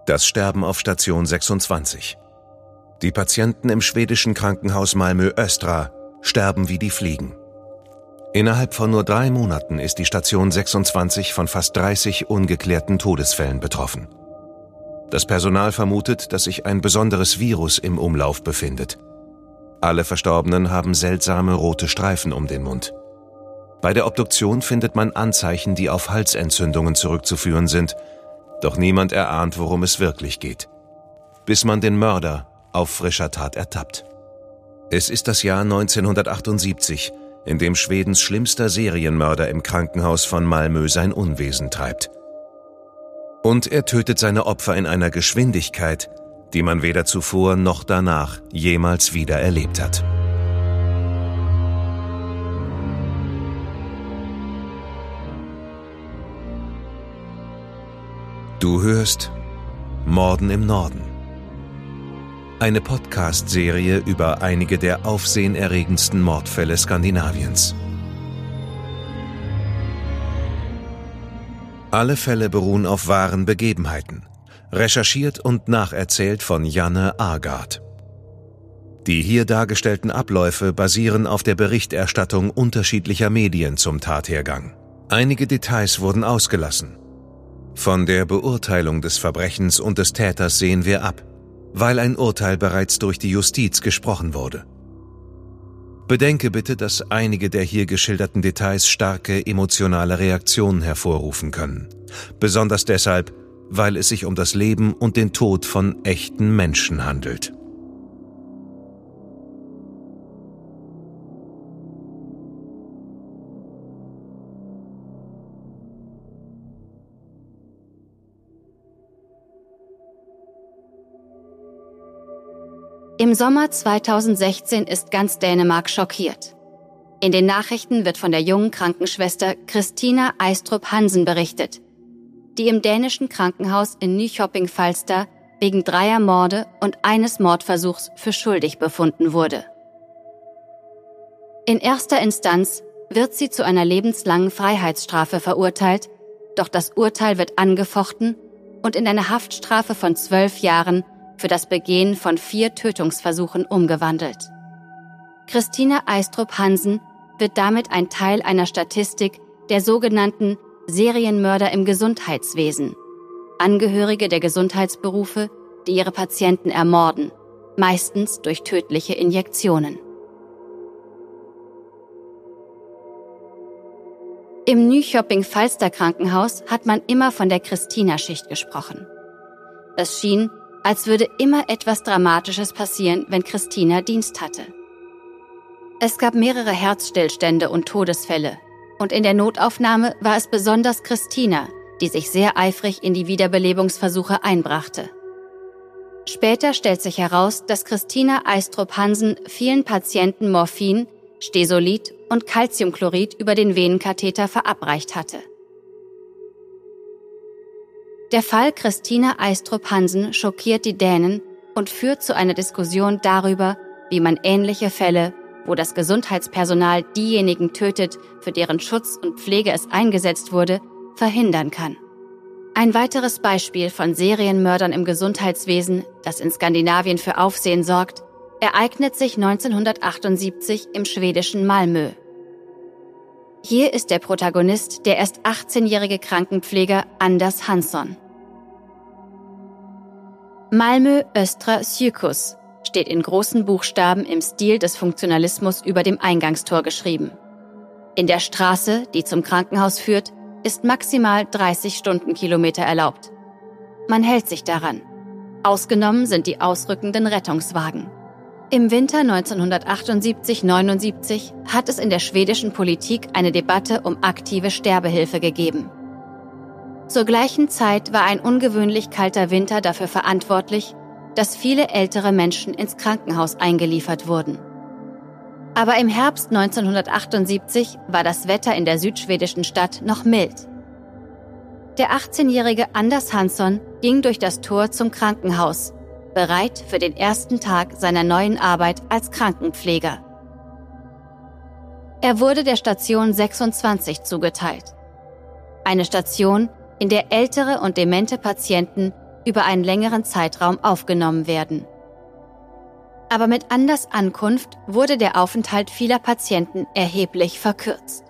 Das Sterben auf Station 26. Die Patienten im schwedischen Krankenhaus Malmö-Östra sterben wie die Fliegen. Innerhalb von nur 3 Monaten ist die Station 26 von fast 30 ungeklärten Todesfällen betroffen. Das Personal vermutet, dass sich ein besonderes Virus im Umlauf befindet. Alle Verstorbenen haben seltsame rote Streifen um den Mund. Bei der Obduktion findet man Anzeichen, die auf Halsentzündungen zurückzuführen sind, doch niemand erahnt, worum es wirklich geht. Bis man den Mörder auf frischer Tat ertappt. Es ist das Jahr 1978, in dem Schwedens schlimmster Serienmörder im Krankenhaus von Malmö sein Unwesen treibt. Und er tötet seine Opfer in einer Geschwindigkeit, die man weder zuvor noch danach jemals wieder erlebt hat. Du hörst Morden im Norden. Eine Podcast-Serie über einige der aufsehenerregendsten Mordfälle Skandinaviens. Alle Fälle beruhen auf wahren Begebenheiten, recherchiert und nacherzählt von Janne Agard. Die hier dargestellten Abläufe basieren auf der Berichterstattung unterschiedlicher Medien zum Tathergang. Einige Details wurden ausgelassen. Von der Beurteilung des Verbrechens und des Täters sehen wir ab, weil ein Urteil bereits durch die Justiz gesprochen wurde. Bedenke bitte, dass einige der hier geschilderten Details starke emotionale Reaktionen hervorrufen können. Besonders deshalb, weil es sich um das Leben und den Tod von echten Menschen handelt. Im Sommer 2016 ist ganz Dänemark schockiert. In den Nachrichten wird von der jungen Krankenschwester Christina Eistrup Hansen berichtet, die im dänischen Krankenhaus in Nyköping Falster wegen 3 Morde und eines Mordversuchs für schuldig befunden wurde. In erster Instanz wird sie zu einer lebenslangen Freiheitsstrafe verurteilt, doch das Urteil wird angefochten und in eine Haftstrafe von 12 Jahren für das Begehen von 4 Tötungsversuchen umgewandelt. Christina Eistrup Hansen wird damit ein Teil einer Statistik der sogenannten Serienmörder im Gesundheitswesen, Angehörige der Gesundheitsberufe, die ihre Patienten ermorden, meistens durch tödliche Injektionen. Im Nyköping Falster Krankenhaus hat man immer von der Christina-Schicht gesprochen. Es schien, als würde immer etwas Dramatisches passieren, wenn Christina Dienst hatte. Es gab mehrere Herzstillstände und Todesfälle, und in der Notaufnahme war es besonders Christina, die sich sehr eifrig in die Wiederbelebungsversuche einbrachte. Später stellt sich heraus, dass Christina Eistrup Hansen vielen Patienten Morphin, Stesolid und Calciumchlorid über den Venenkatheter verabreicht hatte. Der Fall Christina Eistrup Hansen schockiert die Dänen und führt zu einer Diskussion darüber, wie man ähnliche Fälle, wo das Gesundheitspersonal diejenigen tötet, für deren Schutz und Pflege es eingesetzt wurde, verhindern kann. Ein weiteres Beispiel von Serienmördern im Gesundheitswesen, das in Skandinavien für Aufsehen sorgt, ereignet sich 1978 im schwedischen Malmö. Hier ist der Protagonist der erst 18-jährige Krankenpfleger Anders Hansson. Malmö Östra Sjukhus steht in großen Buchstaben im Stil des Funktionalismus über dem Eingangstor geschrieben. In der Straße, die zum Krankenhaus führt, ist maximal 30 Stundenkilometer erlaubt. Man hält sich daran. Ausgenommen sind die ausrückenden Rettungswagen. Im Winter 1978/79 hat es in der schwedischen Politik eine Debatte um aktive Sterbehilfe gegeben. Zur gleichen Zeit war ein ungewöhnlich kalter Winter dafür verantwortlich, dass viele ältere Menschen ins Krankenhaus eingeliefert wurden. Aber im Herbst 1978 war das Wetter in der südschwedischen Stadt noch mild. Der 18-jährige Anders Hansson ging durch das Tor zum Krankenhaus, bereit für den ersten Tag seiner neuen Arbeit als Krankenpfleger. Er wurde der Station 26 zugeteilt. Eine Station, in der ältere und demente Patienten über einen längeren Zeitraum aufgenommen werden. Aber mit Anders Ankunft wurde der Aufenthalt vieler Patienten erheblich verkürzt.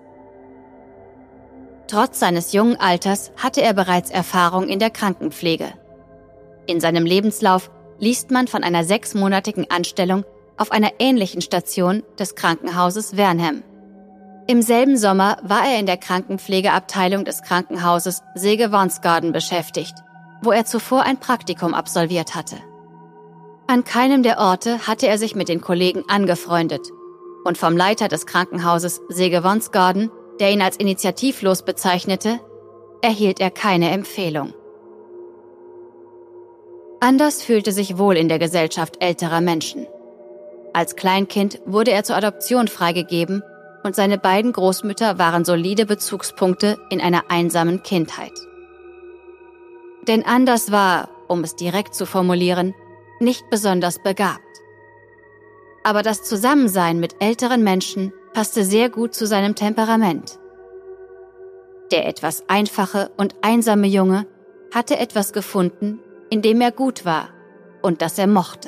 Trotz seines jungen Alters hatte er bereits Erfahrung in der Krankenpflege. In seinem Lebenslauf liest man von einer 6-monatigen Anstellung auf einer ähnlichen Station des Krankenhauses Wernham. Im selben Sommer war er in der Krankenpflegeabteilung des Krankenhauses Segevansgarden beschäftigt, wo er zuvor ein Praktikum absolviert hatte. An keinem der Orte hatte er sich mit den Kollegen angefreundet und vom Leiter des Krankenhauses Segevansgarden, der ihn als initiativlos bezeichnete, erhielt er keine Empfehlung. Anders fühlte sich wohl in der Gesellschaft älterer Menschen. Als Kleinkind wurde er zur Adoption freigegeben und seine beiden Großmütter waren solide Bezugspunkte in einer einsamen Kindheit. Denn Anders war, um es direkt zu formulieren, nicht besonders begabt. Aber das Zusammensein mit älteren Menschen passte sehr gut zu seinem Temperament. Der etwas einfache und einsame Junge hatte etwas gefunden, in dem er gut war und das er mochte.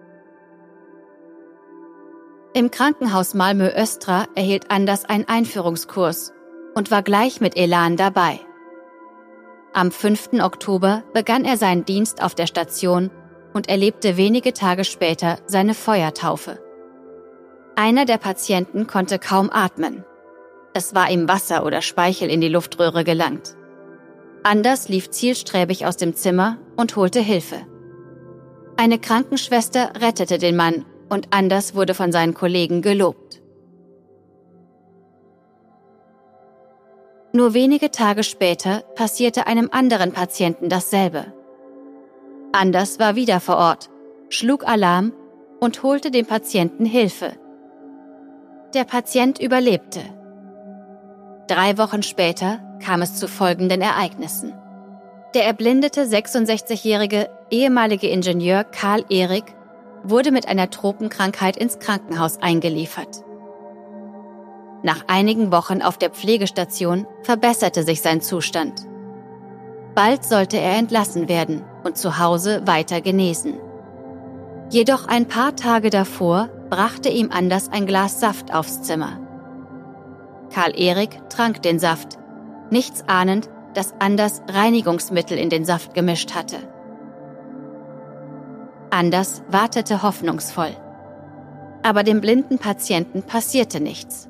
Im Krankenhaus Malmö-Östra erhielt Anders einen Einführungskurs und war gleich mit Elan dabei. Am 5. Oktober begann er seinen Dienst auf der Station und erlebte wenige Tage später seine Feuertaufe. Einer der Patienten konnte kaum atmen. Es war ihm Wasser oder Speichel in die Luftröhre gelangt. Anders lief zielstrebig aus dem Zimmer und holte Hilfe. Eine Krankenschwester rettete den Mann und Anders wurde von seinen Kollegen gelobt. Nur wenige Tage später passierte einem anderen Patienten dasselbe. Anders war wieder vor Ort, schlug Alarm und holte dem Patienten Hilfe. Der Patient überlebte. 3 Wochen später kam es zu folgenden Ereignissen. Der erblindete 66-jährige ehemalige Ingenieur Karl Erik wurde mit einer Tropenkrankheit ins Krankenhaus eingeliefert. Nach einigen Wochen auf der Pflegestation verbesserte sich sein Zustand. Bald sollte er entlassen werden und zu Hause weiter genesen. Jedoch ein paar Tage davor brachte ihm Anders ein Glas Saft aufs Zimmer. Karl Erik trank den Saft, nichts ahnend, dass Anders Reinigungsmittel in den Saft gemischt hatte. Anders wartete hoffnungsvoll. Aber dem blinden Patienten passierte nichts.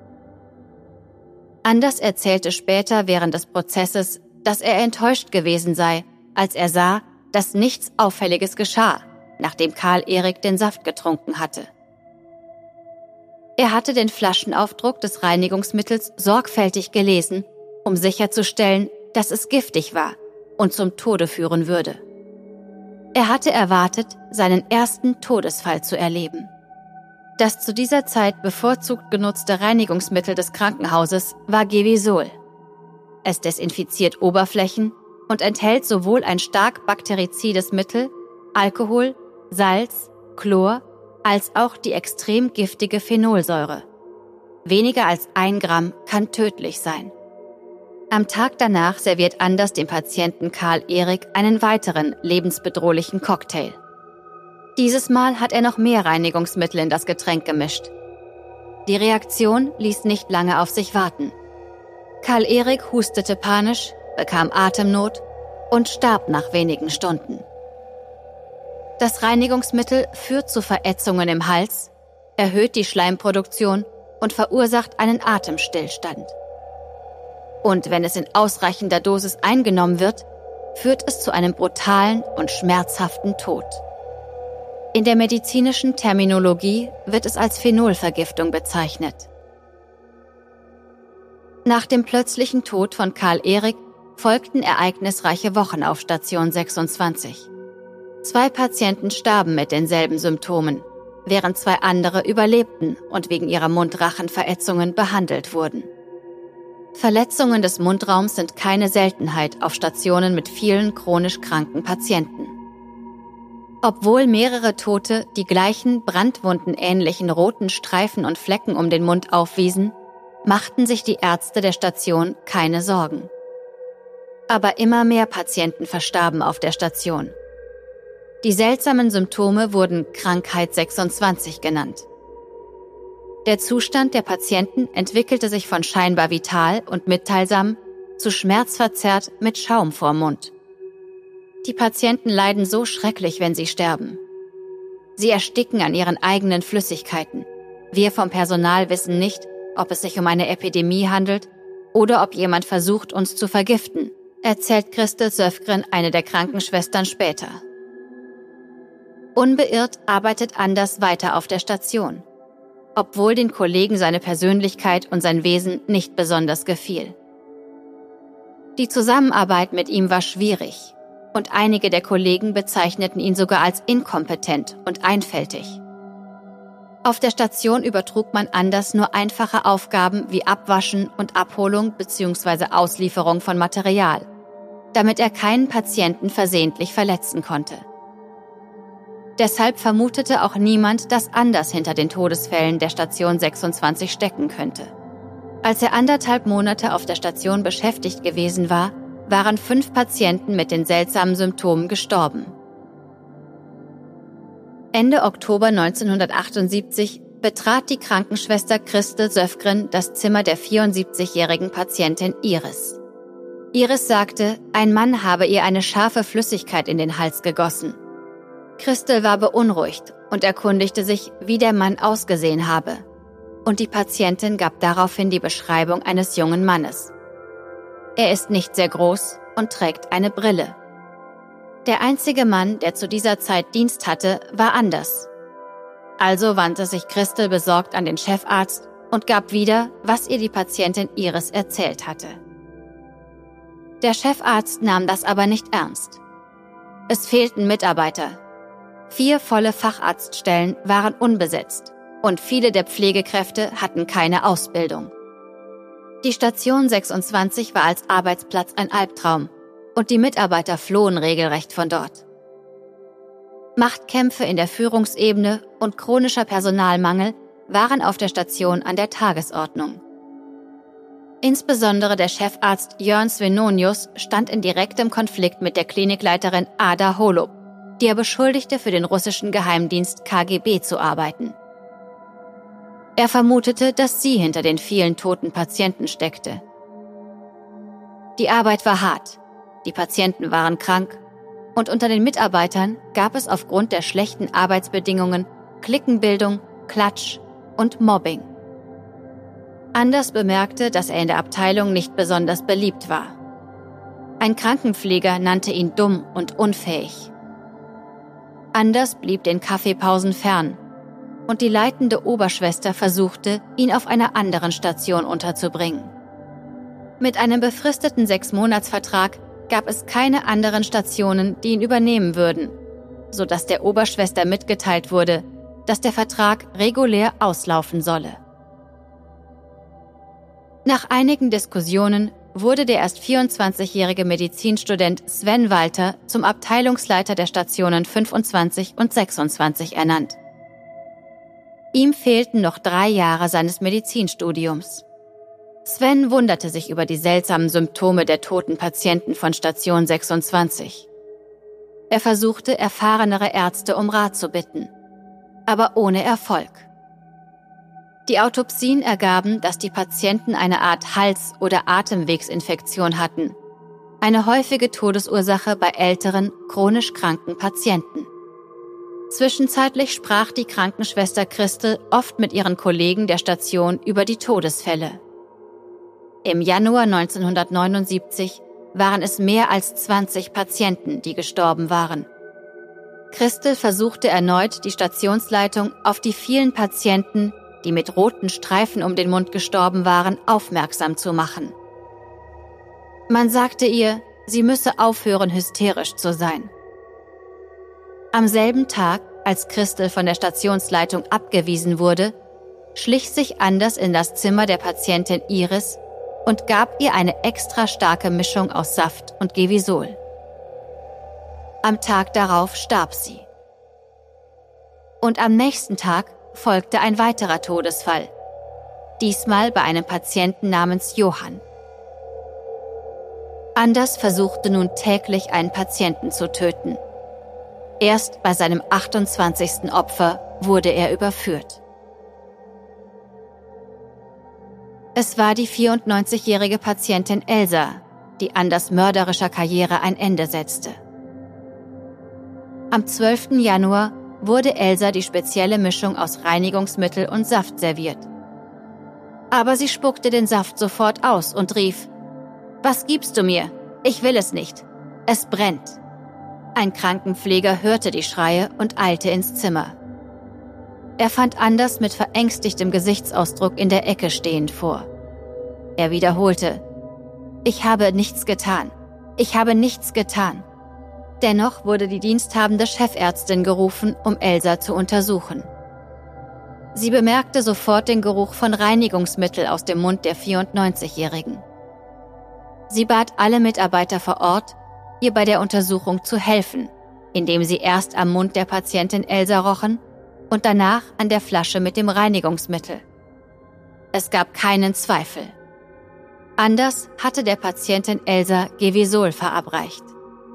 Anders erzählte später während des Prozesses, dass er enttäuscht gewesen sei, als er sah, dass nichts Auffälliges geschah, nachdem Karl Erik den Saft getrunken hatte. Er hatte den Flaschenaufdruck des Reinigungsmittels sorgfältig gelesen, um sicherzustellen, dass es giftig war und zum Tode führen würde. Er hatte erwartet, seinen ersten Todesfall zu erleben. Das zu dieser Zeit bevorzugt genutzte Reinigungsmittel des Krankenhauses war Gevisol. Es desinfiziert Oberflächen und enthält sowohl ein stark bakterizides Mittel, Alkohol, Salz, Chlor, als auch die extrem giftige Phenolsäure. Weniger als 1 Gramm kann tödlich sein. Am Tag danach serviert Anders dem Patienten Karl Erik einen weiteren lebensbedrohlichen Cocktail. Dieses Mal hat er noch mehr Reinigungsmittel in das Getränk gemischt. Die Reaktion ließ nicht lange auf sich warten. Karl Erik hustete panisch, bekam Atemnot und starb nach wenigen Stunden. Das Reinigungsmittel führt zu Verätzungen im Hals, erhöht die Schleimproduktion und verursacht einen Atemstillstand. Und wenn es in ausreichender Dosis eingenommen wird, führt es zu einem brutalen und schmerzhaften Tod. In der medizinischen Terminologie wird es als Phenolvergiftung bezeichnet. Nach dem plötzlichen Tod von Karl Erik folgten ereignisreiche Wochen auf Station 26. 2 Patienten starben mit denselben Symptomen, während 2 andere überlebten und wegen ihrer Mundrachenverätzungen behandelt wurden. Verletzungen des Mundraums sind keine Seltenheit auf Stationen mit vielen chronisch kranken Patienten. Obwohl mehrere Tote die gleichen brandwundenähnlichen roten Streifen und Flecken um den Mund aufwiesen, machten sich die Ärzte der Station keine Sorgen. Aber immer mehr Patienten verstarben auf der Station. Die seltsamen Symptome wurden Krankheit 26 genannt. Der Zustand der Patienten entwickelte sich von scheinbar vital und mitteilsam zu schmerzverzerrt mit Schaum vorm Mund. Die Patienten leiden so schrecklich, wenn sie sterben. Sie ersticken an ihren eigenen Flüssigkeiten. Wir vom Personal wissen nicht, ob es sich um eine Epidemie handelt oder ob jemand versucht, uns zu vergiften, erzählt Christel Söfgren, eine der Krankenschwestern, später. Unbeirrt arbeitet Anders weiter auf der Station, obwohl den Kollegen seine Persönlichkeit und sein Wesen nicht besonders gefiel. Die Zusammenarbeit mit ihm war schwierig und einige der Kollegen bezeichneten ihn sogar als inkompetent und einfältig. Auf der Station übertrug man Anders nur einfache Aufgaben wie Abwaschen und Abholung bzw. Auslieferung von Material, damit er keinen Patienten versehentlich verletzen konnte. Deshalb vermutete auch niemand, dass Anders hinter den Todesfällen der Station 26 stecken könnte. Als er 1,5 Monate auf der Station beschäftigt gewesen war, waren 5 Patienten mit den seltsamen Symptomen gestorben. Ende Oktober 1978 betrat die Krankenschwester Christel Söfgren das Zimmer der 74-jährigen Patientin Iris. Iris sagte, ein Mann habe ihr eine scharfe Flüssigkeit in den Hals gegossen. Christel war beunruhigt und erkundigte sich, wie der Mann ausgesehen habe. Und die Patientin gab daraufhin die Beschreibung eines jungen Mannes. Er ist nicht sehr groß und trägt eine Brille. Der einzige Mann, der zu dieser Zeit Dienst hatte, war Anders. Also wandte sich Christel besorgt an den Chefarzt und gab wieder, was ihr die Patientin Iris erzählt hatte. Der Chefarzt nahm das aber nicht ernst. Es fehlten Mitarbeiter. 4 volle Facharztstellen waren unbesetzt und viele der Pflegekräfte hatten keine Ausbildung. Die Station 26 war als Arbeitsplatz ein Albtraum und die Mitarbeiter flohen regelrecht von dort. Machtkämpfe in der Führungsebene und chronischer Personalmangel waren auf der Station an der Tagesordnung. Insbesondere der Chefarzt Jörn Svenonius stand in direktem Konflikt mit der Klinikleiterin Ada Holub, die er beschuldigte, für den russischen Geheimdienst KGB zu arbeiten. Er vermutete, dass sie hinter den vielen toten Patienten steckte. Die Arbeit war hart, die Patienten waren krank und unter den Mitarbeitern gab es aufgrund der schlechten Arbeitsbedingungen Cliquenbildung, Klatsch und Mobbing. Anders bemerkte, dass er in der Abteilung nicht besonders beliebt war. Ein Krankenpfleger nannte ihn dumm und unfähig. Anders blieb den Kaffeepausen fern und die leitende Oberschwester versuchte, ihn auf einer anderen Station unterzubringen. Mit einem befristeten 6-Monatsvertrag gab es keine anderen Stationen, die ihn übernehmen würden, sodass der Oberschwester mitgeteilt wurde, dass der Vertrag regulär auslaufen solle. Nach einigen Diskussionen wurde der erst 24-jährige Medizinstudent Sven Walter zum Abteilungsleiter der Stationen 25 und 26 ernannt. Ihm fehlten noch 3 Jahre seines Medizinstudiums. Sven wunderte sich über die seltsamen Symptome der toten Patienten von Station 26. Er versuchte, erfahrenere Ärzte um Rat zu bitten, aber ohne Erfolg. Die Autopsien ergaben, dass die Patienten eine Art Hals- oder Atemwegsinfektion hatten, eine häufige Todesursache bei älteren, chronisch kranken Patienten. Zwischenzeitlich sprach die Krankenschwester Christel oft mit ihren Kollegen der Station über die Todesfälle. Im Januar 1979 waren es mehr als 20 Patienten, die gestorben waren. Christel versuchte erneut, die Stationsleitung auf die vielen Patienten, die mit roten Streifen um den Mund gestorben waren, aufmerksam zu machen. Man sagte ihr, sie müsse aufhören, hysterisch zu sein. Am selben Tag, als Christel von der Stationsleitung abgewiesen wurde, schlich sich Anders in das Zimmer der Patientin Iris und gab ihr eine extra starke Mischung aus Saft und Gevisol. Am Tag darauf starb sie. Und am nächsten Tag folgte ein weiterer Todesfall, diesmal bei einem Patienten namens Johann. Anders versuchte nun täglich einen Patienten zu töten. Erst bei seinem 28. Opfer wurde er überführt. Es war die 94-jährige Patientin Elsa, die Anders mörderischer Karriere ein Ende setzte. Am 12. Januar wurde Elsa die spezielle Mischung aus Reinigungsmittel und Saft serviert. Aber sie spuckte den Saft sofort aus und rief: »Was gibst du mir? Ich will es nicht. Es brennt.« Ein Krankenpfleger hörte die Schreie und eilte ins Zimmer. Er fand Anders mit verängstigtem Gesichtsausdruck in der Ecke stehend vor. Er wiederholte: »Ich habe nichts getan. Ich habe nichts getan.« Dennoch wurde die diensthabende Chefärztin gerufen, um Elsa zu untersuchen. Sie bemerkte sofort den Geruch von Reinigungsmittel aus dem Mund der 94-Jährigen. Sie bat alle Mitarbeiter vor Ort, ihr bei der Untersuchung zu helfen, indem sie erst am Mund der Patientin Elsa rochen und danach an der Flasche mit dem Reinigungsmittel. Es gab keinen Zweifel. Anders hatte der Patientin Elsa Gevisol verabreicht.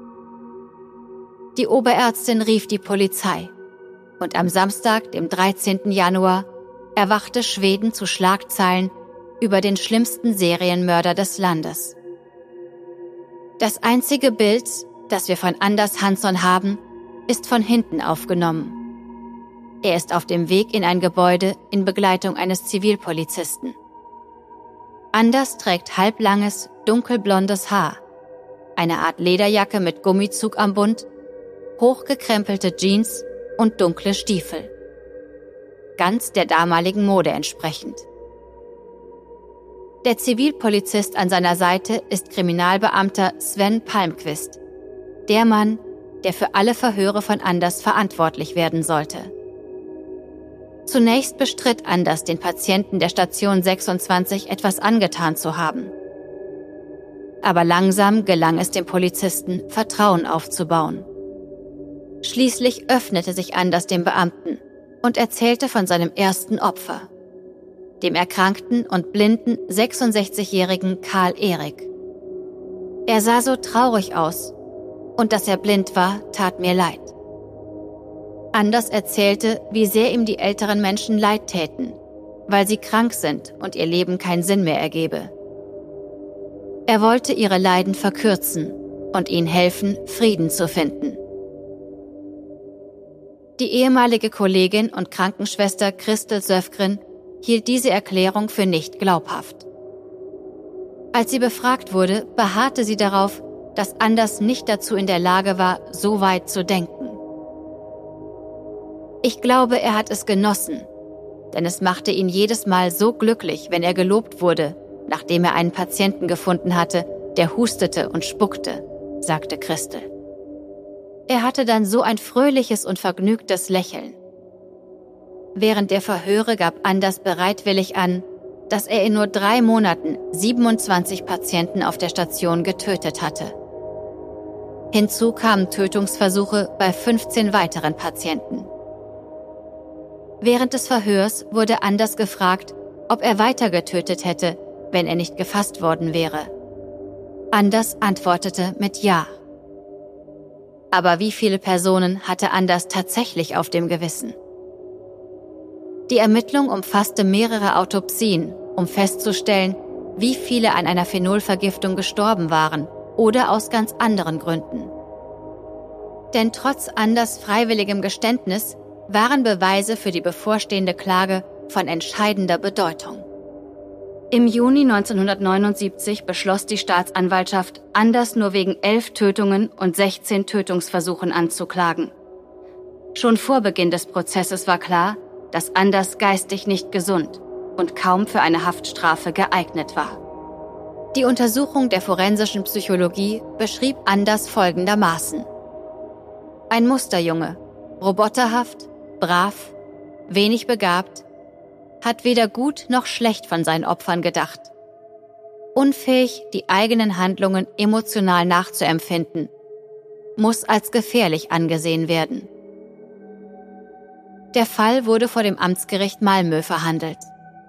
Die Oberärztin rief die Polizei und am Samstag, dem 13. Januar, erwachte Schweden zu Schlagzeilen über den schlimmsten Serienmörder des Landes. Das einzige Bild, das wir von Anders Hansson haben, ist von hinten aufgenommen. Er ist auf dem Weg in ein Gebäude in Begleitung eines Zivilpolizisten. Anders trägt halblanges, dunkelblondes Haar, eine Art Lederjacke mit Gummizug am Bund, hochgekrempelte Jeans und dunkle Stiefel. Ganz der damaligen Mode entsprechend. Der Zivilpolizist an seiner Seite ist Kriminalbeamter Sven Palmqvist, der Mann, der für alle Verhöre von Anders verantwortlich werden sollte. Zunächst bestritt Anders, den Patienten der Station 26 etwas angetan zu haben. Aber langsam gelang es dem Polizisten, Vertrauen aufzubauen. Schließlich öffnete sich Anders dem Beamten und erzählte von seinem ersten Opfer, dem erkrankten und blinden 66-jährigen Karl Erik. Er sah so traurig aus und dass er blind war, tat mir leid. Anders erzählte, wie sehr ihm die älteren Menschen leid täten, weil sie krank sind und ihr Leben keinen Sinn mehr ergebe. Er wollte ihre Leiden verkürzen und ihnen helfen, Frieden zu finden. Die ehemalige Kollegin und Krankenschwester Christel Söfgren hielt diese Erklärung für nicht glaubhaft. Als sie befragt wurde, beharrte sie darauf, dass Anders nicht dazu in der Lage war, so weit zu denken. Ich glaube, er hat es genossen, denn es machte ihn jedes Mal so glücklich, wenn er gelobt wurde, nachdem er einen Patienten gefunden hatte, der hustete und spuckte, sagte Christel. Er hatte dann so ein fröhliches und vergnügtes Lächeln. Während der Verhöre gab Anders bereitwillig an, dass er in nur 3 Monaten 27 Patienten auf der Station getötet hatte. Hinzu kamen Tötungsversuche bei 15 weiteren Patienten. Während des Verhörs wurde Anders gefragt, ob er weiter getötet hätte, wenn er nicht gefasst worden wäre. Anders antwortete mit Ja. Aber wie viele Personen hatte Anders tatsächlich auf dem Gewissen? Die Ermittlung umfasste mehrere Autopsien, um festzustellen, wie viele an einer Phenolvergiftung gestorben waren oder aus ganz anderen Gründen. Denn trotz Anders freiwilligem Geständnis waren Beweise für die bevorstehende Klage von entscheidender Bedeutung. Im Juni 1979 beschloss die Staatsanwaltschaft, Anders nur wegen 11 Tötungen und 16 Tötungsversuchen anzuklagen. Schon vor Beginn des Prozesses war klar, dass Anders geistig nicht gesund und kaum für eine Haftstrafe geeignet war. Die Untersuchung der forensischen Psychologie beschrieb Anders folgendermaßen: Ein Musterjunge, roboterhaft, brav, wenig begabt, hat weder gut noch schlecht von seinen Opfern gedacht. Unfähig, die eigenen Handlungen emotional nachzuempfinden, muss als gefährlich angesehen werden. Der Fall wurde vor dem Amtsgericht Malmö verhandelt.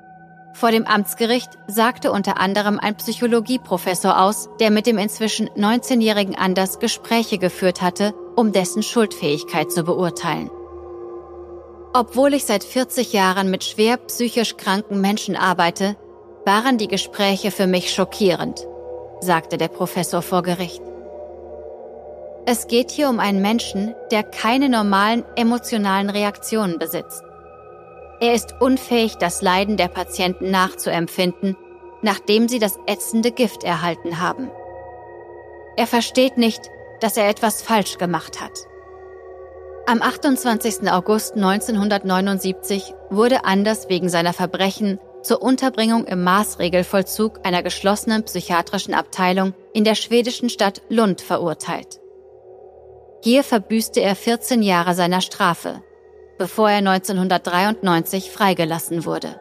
Vor dem Amtsgericht sagte unter anderem ein Psychologieprofessor aus, der mit dem inzwischen 19-jährigen Anders Gespräche geführt hatte, um dessen Schuldfähigkeit zu beurteilen. Obwohl ich seit 40 Jahren mit schwer psychisch kranken Menschen arbeite, waren die Gespräche für mich schockierend, sagte der Professor vor Gericht. Es geht hier um einen Menschen, der keine normalen emotionalen Reaktionen besitzt. Er ist unfähig, das Leiden der Patienten nachzuempfinden, nachdem sie das ätzende Gift erhalten haben. Er versteht nicht, dass er etwas falsch gemacht hat. Am 28. August 1979 wurde Anders wegen seiner Verbrechen zur Unterbringung im Maßregelvollzug einer geschlossenen psychiatrischen Abteilung in der schwedischen Stadt Lund verurteilt. Hier verbüßte er 14 Jahre seiner Strafe, bevor er 1993 freigelassen wurde.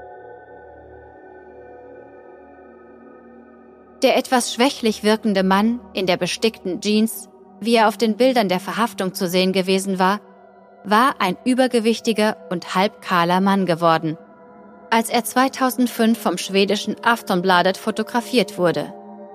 Der etwas schwächlich wirkende Mann in der bestickten Jeans, wie er auf den Bildern der Verhaftung zu sehen gewesen war ein übergewichtiger und halbkahler Mann geworden, als er 2005 vom schwedischen Aftonbladet fotografiert wurde.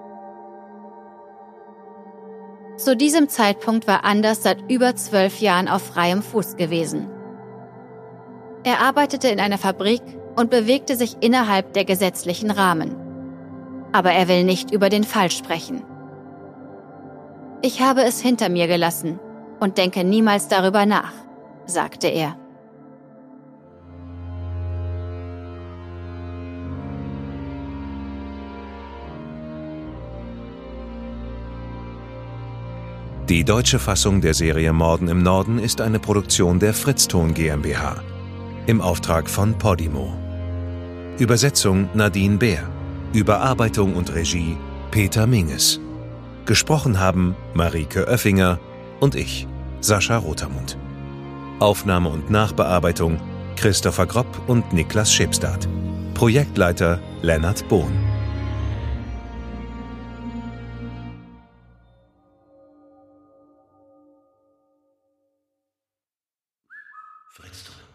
Zu diesem Zeitpunkt war Anders seit über 12 Jahren auf freiem Fuß gewesen. Er arbeitete in einer Fabrik und bewegte sich innerhalb der gesetzlichen Rahmen. Aber er will nicht über den Fall sprechen. Ich habe es hinter mir gelassen und denke niemals darüber nach, sagte er. Die deutsche Fassung der Serie Morden im Norden ist eine Produktion der Fritz-Ton GmbH im Auftrag von Podimo. Übersetzung Nadine Bär. Überarbeitung und Regie Peter Minges. Gesprochen haben Marike Oeffinger und ich, Sascha Rotermund. Aufnahme und Nachbearbeitung Christopher Gropp und Niklas Schipstadt. Projektleiter Lennart Bohn. Fritz-Ton.